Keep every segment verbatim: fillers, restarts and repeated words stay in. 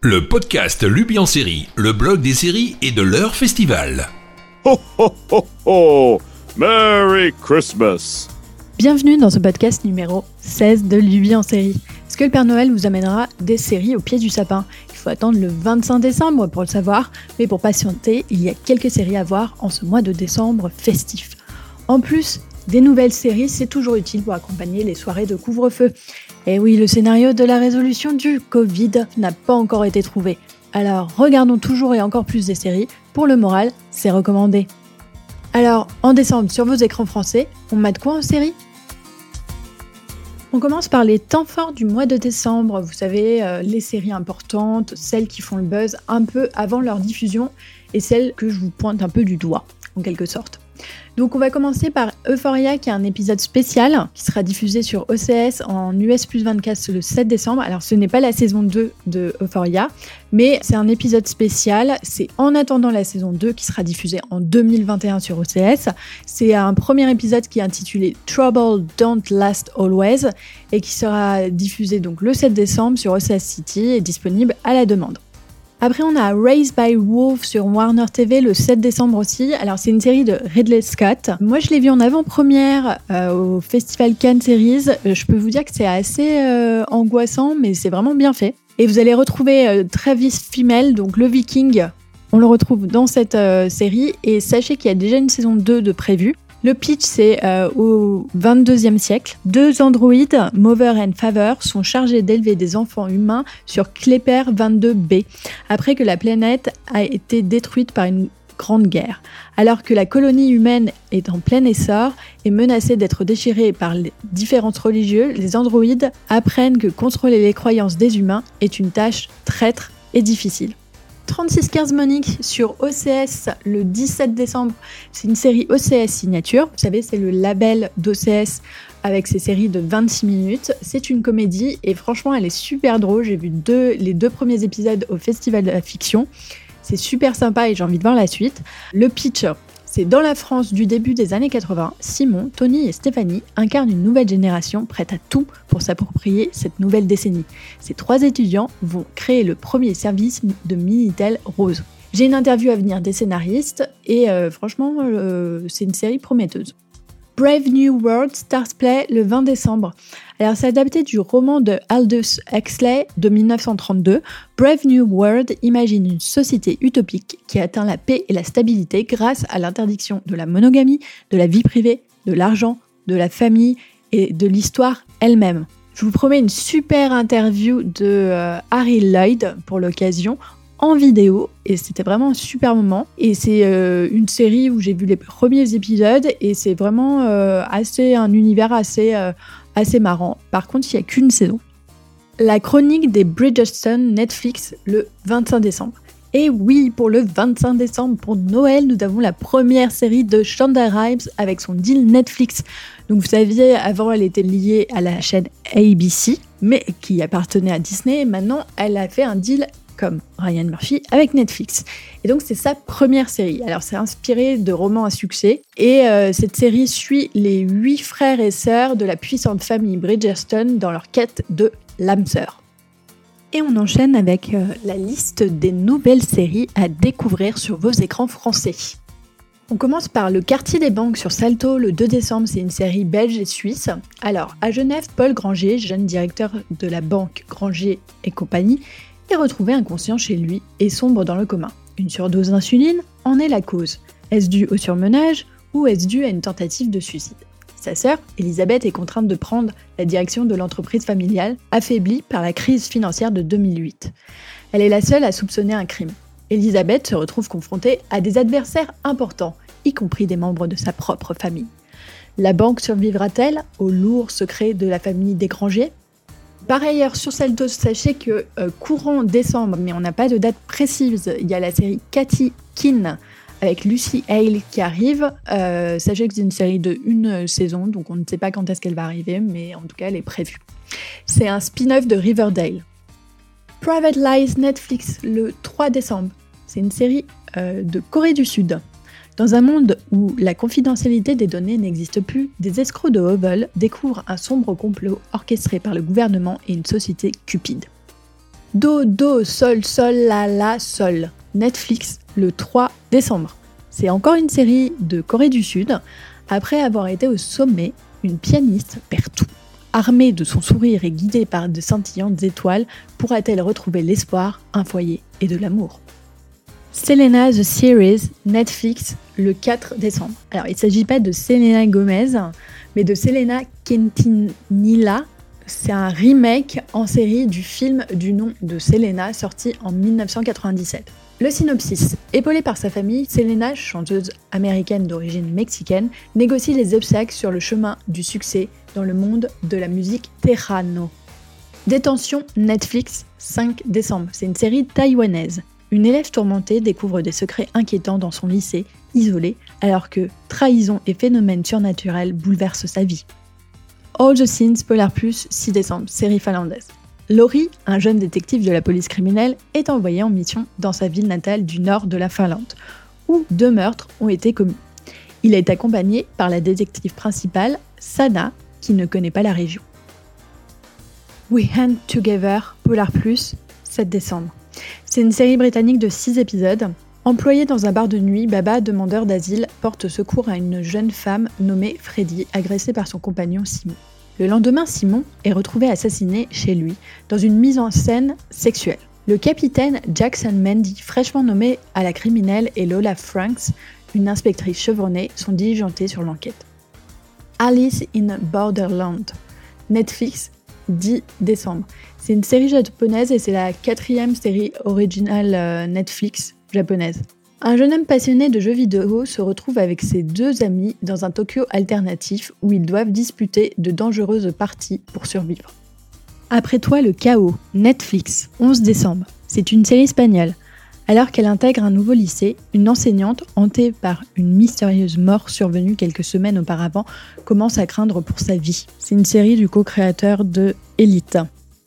Le podcast Luby en série, le blog des séries et de leur festival. Ho ho ho ho! Merry Christmas! Bienvenue dans ce podcast numéro seize de Luby en série. Est-ce que le Père Noël vous amènera des séries au pied du sapin? Il faut attendre le vingt-cinq décembre pour le savoir, mais pour patienter, il y a quelques séries à voir en ce mois de décembre festif. En plus, des nouvelles séries, c'est toujours utile pour accompagner les soirées de couvre-feu. Et oui, le scénario de la résolution du Covid n'a pas encore été trouvé. Alors, regardons toujours et encore plus des séries. Pour le moral, c'est recommandé. Alors, en décembre, sur vos écrans français, on mate quoi en série ? On commence par les temps forts du mois de décembre. Vous savez, euh, les séries importantes, celles qui font le buzz un peu avant leur diffusion et celles que je vous pointe un peu du doigt, en quelque sorte. Donc on va commencer par Euphoria qui a un épisode spécial qui sera diffusé sur O C S en U S plus vingt-quatre le sept décembre. Alors ce n'est pas la saison deux de Euphoria, mais c'est un épisode spécial. C'est en attendant la saison deux qui sera diffusée en deux mille vingt et un sur O C S. C'est un premier épisode qui est intitulé Trouble Don't Last Always et qui sera diffusé donc le sept décembre sur O C S City et disponible à la demande. Après, on a Raised by Wolves sur Warner T V le sept décembre aussi. Alors, c'est une série de Ridley Scott. Moi, je l'ai vue en avant-première euh, au Festival Cannes Series. Euh, je peux vous dire que c'est assez euh, angoissant, mais c'est vraiment bien fait. Et vous allez retrouver euh, Travis Fimmel, donc le Viking. On le retrouve dans cette euh, série. Et sachez qu'il y a déjà une saison deux de prévue. Le pitch, c'est euh, au vingt-deuxième siècle. Deux androïdes, Mover et Favor, sont chargés d'élever des enfants humains sur Klepper vingt-deux b, après que la planète a été détruite par une grande guerre. Alors que la colonie humaine est en plein essor et menacée d'être déchirée par les différentes religieuses, les androïdes apprennent que contrôler les croyances des humains est une tâche traître et difficile. trente-six quinze Monique sur O C S le dix-sept décembre. C'est une série O C S signature. Vous savez, c'est le label d'O C S avec ses séries de vingt-six minutes. C'est une comédie et franchement, elle est super drôle. J'ai vu deux, les deux premiers épisodes au Festival de la Fiction. C'est super sympa et j'ai envie de voir la suite. Le pitch, c'est dans la France du début des années quatre-vingts, Simon, Tony et Stéphanie incarnent une nouvelle génération prête à tout pour s'approprier cette nouvelle décennie. Ces trois étudiants vont créer le premier service de Minitel Rose. J'ai une interview à venir des scénaristes et euh, franchement, euh, c'est une série prometteuse. Brave New World starts play le vingt décembre. Alors c'est adapté du roman de Aldous Huxley de dix-neuf cent trente-deux. Brave New World imagine une société utopique qui atteint la paix et la stabilité grâce à l'interdiction de la monogamie, de la vie privée, de l'argent, de la famille et de l'histoire elle-même. Je vous promets une super interview de euh, Harry Lloyd pour l'occasion, en vidéo, et c'était vraiment un super moment. Et c'est euh, une série où j'ai vu les premiers épisodes et c'est vraiment euh, assez un univers assez, euh, assez marrant. Par contre, il n'y a qu'une saison. La chronique des Bridgerton Netflix le vingt-cinq décembre. Et oui, pour le vingt-cinq décembre, pour Noël, nous avons la première série de Shonda Rhimes avec son deal Netflix. Donc vous saviez, avant elle était liée à la chaîne A B C, mais qui appartenait à Disney, et maintenant elle a fait un deal comme Ryan Murphy avec Netflix. Et donc c'est sa première série. Alors c'est inspiré de romans à succès et euh, cette série suit les huit frères et sœurs de la puissante famille Bridgerton dans leur quête de l'âme sœur. Et on enchaîne avec euh, la liste des nouvelles séries à découvrir sur vos écrans français. On commence par Le Quartier des Banques sur Salto le deux décembre, c'est une série belge et suisse. Alors à Genève, Paul Granger, jeune directeur de la banque Granger et compagnie, est retrouvé inconscient chez lui et sombre dans le coma. Une surdose d'insuline en est la cause. Est-ce dû au surmenage ou est-ce dû à une tentative de suicide ? Sa sœur, Elisabeth, est contrainte de prendre la direction de l'entreprise familiale, affaiblie par la crise financière de deux mille huit. Elle est la seule à soupçonner un crime. Elisabeth se retrouve confrontée à des adversaires importants, y compris des membres de sa propre famille. La banque survivra-t-elle aux lourds secrets de la famille des Granger ? Par ailleurs, sur Salto, sachez que euh, courant décembre, mais on n'a pas de date précise, il y a la série Cathy Keane avec Lucy Hale qui arrive. Euh, sachez que c'est une série de une saison, donc on ne sait pas quand est-ce qu'elle va arriver, mais en tout cas, elle est prévue. C'est un spin-off de Riverdale. Private Lies Netflix le trois décembre. C'est une série euh, de Corée du Sud. Dans un monde où la confidentialité des données n'existe plus, des escrocs de Hubble découvrent un sombre complot orchestré par le gouvernement et une société cupide. Do, do, sol, sol, la, la, sol. Netflix, le trois décembre. C'est encore une série de Corée du Sud. Après avoir été au sommet, une pianiste perd tout. Armée de son sourire et guidée par de scintillantes étoiles, pourra-t-elle retrouver l'espoir, un foyer et de l'amour ? Selena The Series, Netflix, le quatre décembre. Alors, il ne s'agit pas de Selena Gomez, mais de Selena Quintanilla. C'est un remake en série du film du nom de Selena, sorti en dix-neuf cent quatre-vingt-dix-sept. Le synopsis. Épaulée par sa famille, Selena, chanteuse américaine d'origine mexicaine, négocie les obstacles sur le chemin du succès dans le monde de la musique tejano. Détention, Netflix, cinq décembre. C'est une série taïwanaise. Une élève tourmentée découvre des secrets inquiétants dans son lycée, isolé, alors que trahison et phénomènes surnaturels bouleversent sa vie. All the Sins, Polar Plus, six décembre, série finlandaise. Laurie, un jeune détective de la police criminelle, est envoyé en mission dans sa ville natale du nord de la Finlande, où deux meurtres ont été commis. Il est accompagné par la détective principale, Sana, qui ne connaît pas la région. We Hand Together, Polar Plus, sept décembre. C'est une série britannique de six épisodes. Employée dans un bar de nuit, Baba, demandeur d'asile, porte secours à une jeune femme nommée Freddie, agressée par son compagnon Simon. Le lendemain, Simon est retrouvé assassiné chez lui, dans une mise en scène sexuelle. Le capitaine Jackson Mendy, fraîchement nommé à la criminelle, et Lola Franks, une inspectrice chevronnée, sont diligentés sur l'enquête. Alice in Borderland, Netflix, dix décembre. C'est une série japonaise et c'est la quatrième série originale Netflix japonaise. Un jeune homme passionné de jeux vidéo se retrouve avec ses deux amis dans un Tokyo alternatif où ils doivent disputer de dangereuses parties pour survivre. Après toi, le chaos, Netflix, onze décembre. C'est une série espagnole. Alors qu'elle intègre un nouveau lycée, une enseignante, hantée par une mystérieuse mort survenue quelques semaines auparavant, commence à craindre pour sa vie. C'est une série du co-créateur de Elite.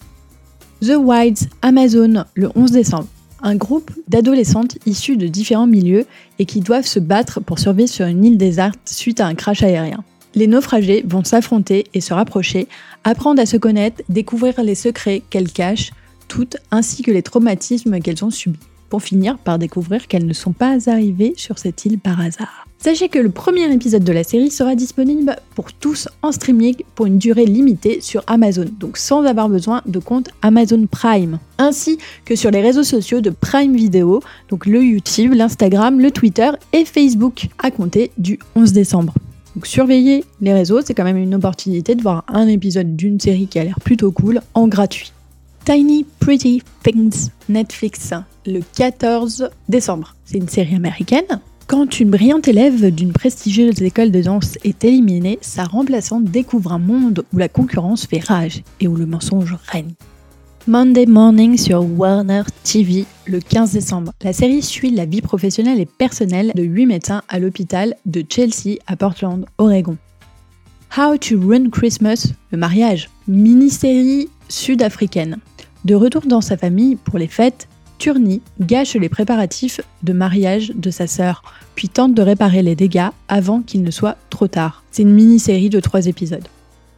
The Wilds, Amazon, le onze décembre. Un groupe d'adolescentes issues de différents milieux et qui doivent se battre pour survivre sur une île déserte suite à un crash aérien. Les naufragés vont s'affronter et se rapprocher, apprendre à se connaître, découvrir les secrets qu'elles cachent, toutes, ainsi que les traumatismes qu'elles ont subis, pour finir par découvrir qu'elles ne sont pas arrivées sur cette île par hasard. Sachez que le premier épisode de la série sera disponible pour tous en streaming pour une durée limitée sur Amazon, donc sans avoir besoin de compte Amazon Prime, ainsi que sur les réseaux sociaux de Prime Video, donc le YouTube, l'Instagram, le Twitter et Facebook, à compter du onze décembre. Donc surveillez les réseaux, c'est quand même une opportunité de voir un épisode d'une série qui a l'air plutôt cool en gratuit. Tiny Pretty Things, Netflix, le quatorze décembre. C'est une série américaine. Quand une brillante élève d'une prestigieuse école de danse est éliminée, sa remplaçante découvre un monde où la concurrence fait rage et où le mensonge règne. Monday Morning sur Warner T V, le quinze décembre. La série suit la vie professionnelle et personnelle de huit médecins à l'hôpital de Chelsea à Portland, Oregon. How to Ruin Christmas, le mariage. Mini-série sud-africaine. De retour dans sa famille pour les fêtes, Turni gâche les préparatifs de mariage de sa sœur, puis tente de réparer les dégâts avant qu'il ne soit trop tard. C'est une mini-série de trois épisodes.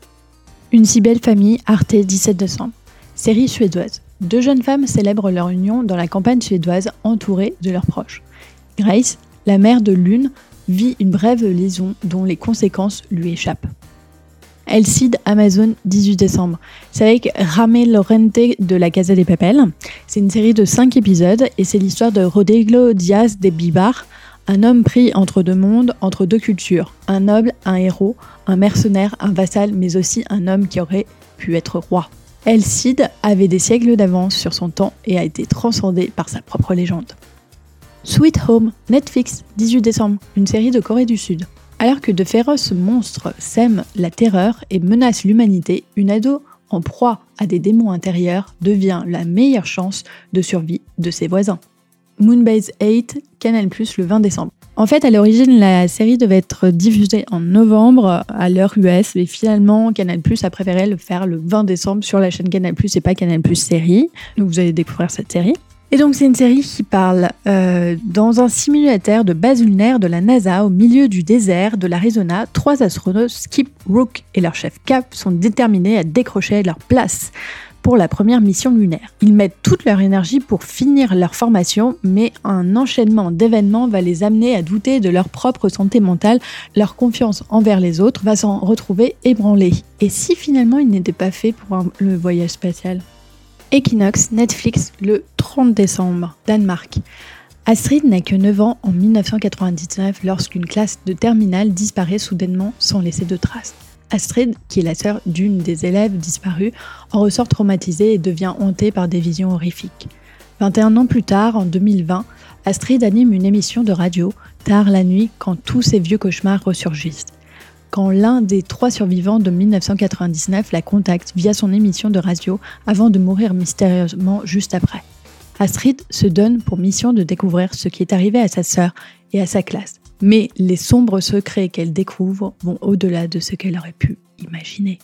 Une si belle famille, Arte, dix-sept décembre. Série suédoise. Deux jeunes femmes célèbrent leur union dans la campagne suédoise entourées de leurs proches. Grace, la mère de l'une, vit une brève liaison dont les conséquences lui échappent. Elcide, Amazon, dix-huit décembre. C'est avec Rame Lorente de la Casa de Papel. C'est une série de cinq épisodes et c'est l'histoire de Rodrigo Diaz de Bibar, un homme pris entre deux mondes, entre deux cultures. Un noble, un héros, un mercenaire, un vassal, mais aussi un homme qui aurait pu être roi. Elcide avait des siècles d'avance sur son temps et a été transcendé par sa propre légende. Sweet Home, Netflix, dix-huit décembre. Une série de Corée du Sud. Alors que de féroces monstres sèment la terreur et menacent l'humanité, une ado en proie à des démons intérieurs devient la meilleure chance de survie de ses voisins. Moonbase huit, Canal plus, le vingt décembre. En fait, à l'origine, la série devait être diffusée en novembre à l'heure U S, mais finalement, Canal plus a préféré le faire le vingt décembre sur la chaîne Canal plus et pas Canal plus série. Donc vous allez découvrir cette série. Et donc c'est une série qui parle euh, dans un simulateur de base lunaire de la NASA au milieu du désert de l'Arizona. Trois astronautes, Skip, Rook et leur chef Cap, sont déterminés à décrocher leur place pour la première mission lunaire. Ils mettent toute leur énergie pour finir leur formation, mais un enchaînement d'événements va les amener à douter de leur propre santé mentale, leur confiance envers les autres va s'en retrouver ébranlée. Et si finalement ils n'étaient pas faits pour un, le voyage spatial ? Equinox, Netflix, le trente décembre, Danemark. Astrid n'a que neuf ans en dix-neuf cent quatre-vingt-dix-neuf lorsqu'une classe de terminale disparaît soudainement sans laisser de traces. Astrid, qui est la sœur d'une des élèves disparues, en ressort traumatisée et devient hantée par des visions horrifiques. vingt et un ans plus tard, en deux mille vingt, Astrid anime une émission de radio, tard la nuit, quand tous ses vieux cauchemars ressurgissent. Quand l'un des trois survivants de dix-neuf cent quatre-vingt-dix-neuf la contacte via son émission de radio avant de mourir mystérieusement juste après. Astrid se donne pour mission de découvrir ce qui est arrivé à sa sœur et à sa classe. Mais les sombres secrets qu'elle découvre vont au-delà de ce qu'elle aurait pu imaginer.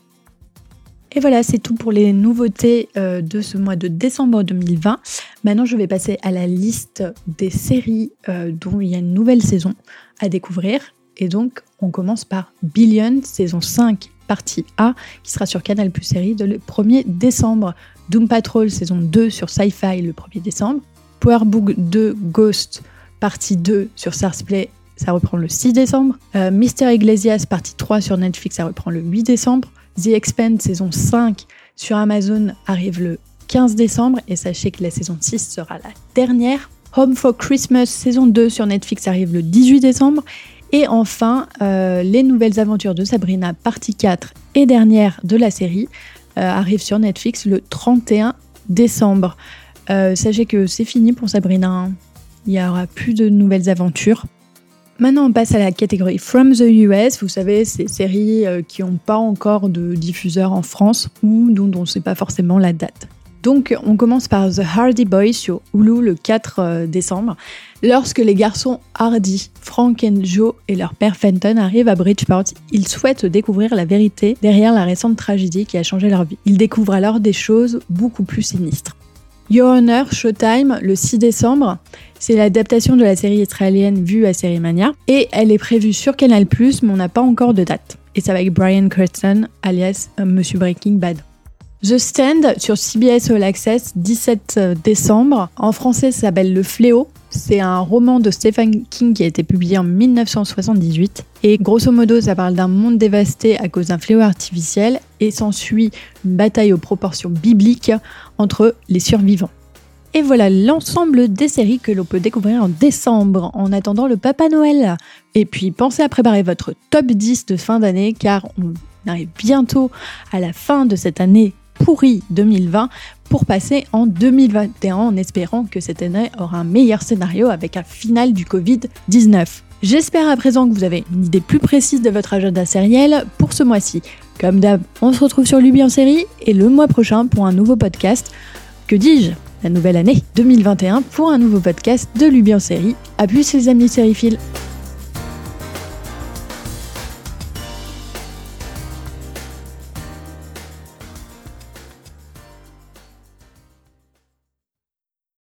Et voilà, c'est tout pour les nouveautés euh, de ce mois de décembre deux mille vingt. Maintenant, je vais passer à la liste des séries euh, dont il y a une nouvelle saison à découvrir. Et donc, on commence par Billions, saison cinq, partie A, qui sera sur Canal plus Série le premier décembre. Doom Patrol, saison deux, sur Sci-Fi le premier décembre. Power Book deux, Ghost, partie deux, sur Starzplay, ça reprend le six décembre. Euh, Mister Iglesias, partie trois, sur Netflix, ça reprend le huit décembre. The Expanse, saison cinq, sur Amazon, arrive le quinze décembre. Et sachez que la saison six sera la dernière. Home for Christmas, saison deux, sur Netflix, arrive le dix-huit décembre. Et enfin, euh, les nouvelles aventures de Sabrina, partie quatre et dernière de la série, euh, arrivent sur Netflix le trente et un décembre. Euh, sachez que c'est fini pour Sabrina, hein. Il n'y aura plus de nouvelles aventures. Maintenant, on passe à la catégorie From the U S. Vous savez, ces séries euh, qui n'ont pas encore de diffuseur en France ou dont on ne sait pas forcément la date. Donc, on commence par The Hardy Boys sur Hulu le quatre décembre. Lorsque les garçons Hardy, Frank et Joe et leur père Fenton arrivent à Bridgeport, ils souhaitent découvrir la vérité derrière la récente tragédie qui a changé leur vie. Ils découvrent alors des choses beaucoup plus sinistres. Your Honor, Showtime, le six décembre, c'est l'adaptation de la série israélienne vue à Série Mania, et elle est prévue sur Canal plus, mais on n'a pas encore de date. Et c'est avec Bryan Cranston, alias euh, Monsieur Breaking Bad. The Stand sur C B S All Access, dix-sept décembre. En français, ça s'appelle Le Fléau. C'est un roman de Stephen King qui a été publié en dix-neuf cent soixante-dix-huit. Et grosso modo, ça parle d'un monde dévasté à cause d'un fléau artificiel et s'ensuit une bataille aux proportions bibliques entre les survivants. Et voilà l'ensemble des séries que l'on peut découvrir en décembre en attendant le Papa Noël. Et puis pensez à préparer votre top dix de fin d'année car on arrive bientôt à la fin de cette année pourrie deux mille vingt pour passer en deux mille vingt et un en espérant que cette année aura un meilleur scénario avec un final du covid dix-neuf. J'espère à présent que vous avez une idée plus précise de votre agenda sériel pour ce mois-ci. Comme d'hab, on se retrouve sur Luby en série et le mois prochain pour un nouveau podcast. Que dis-je ? La nouvelle année deux mille vingt et un pour un nouveau podcast de Luby en série. A plus les amis sériphiles.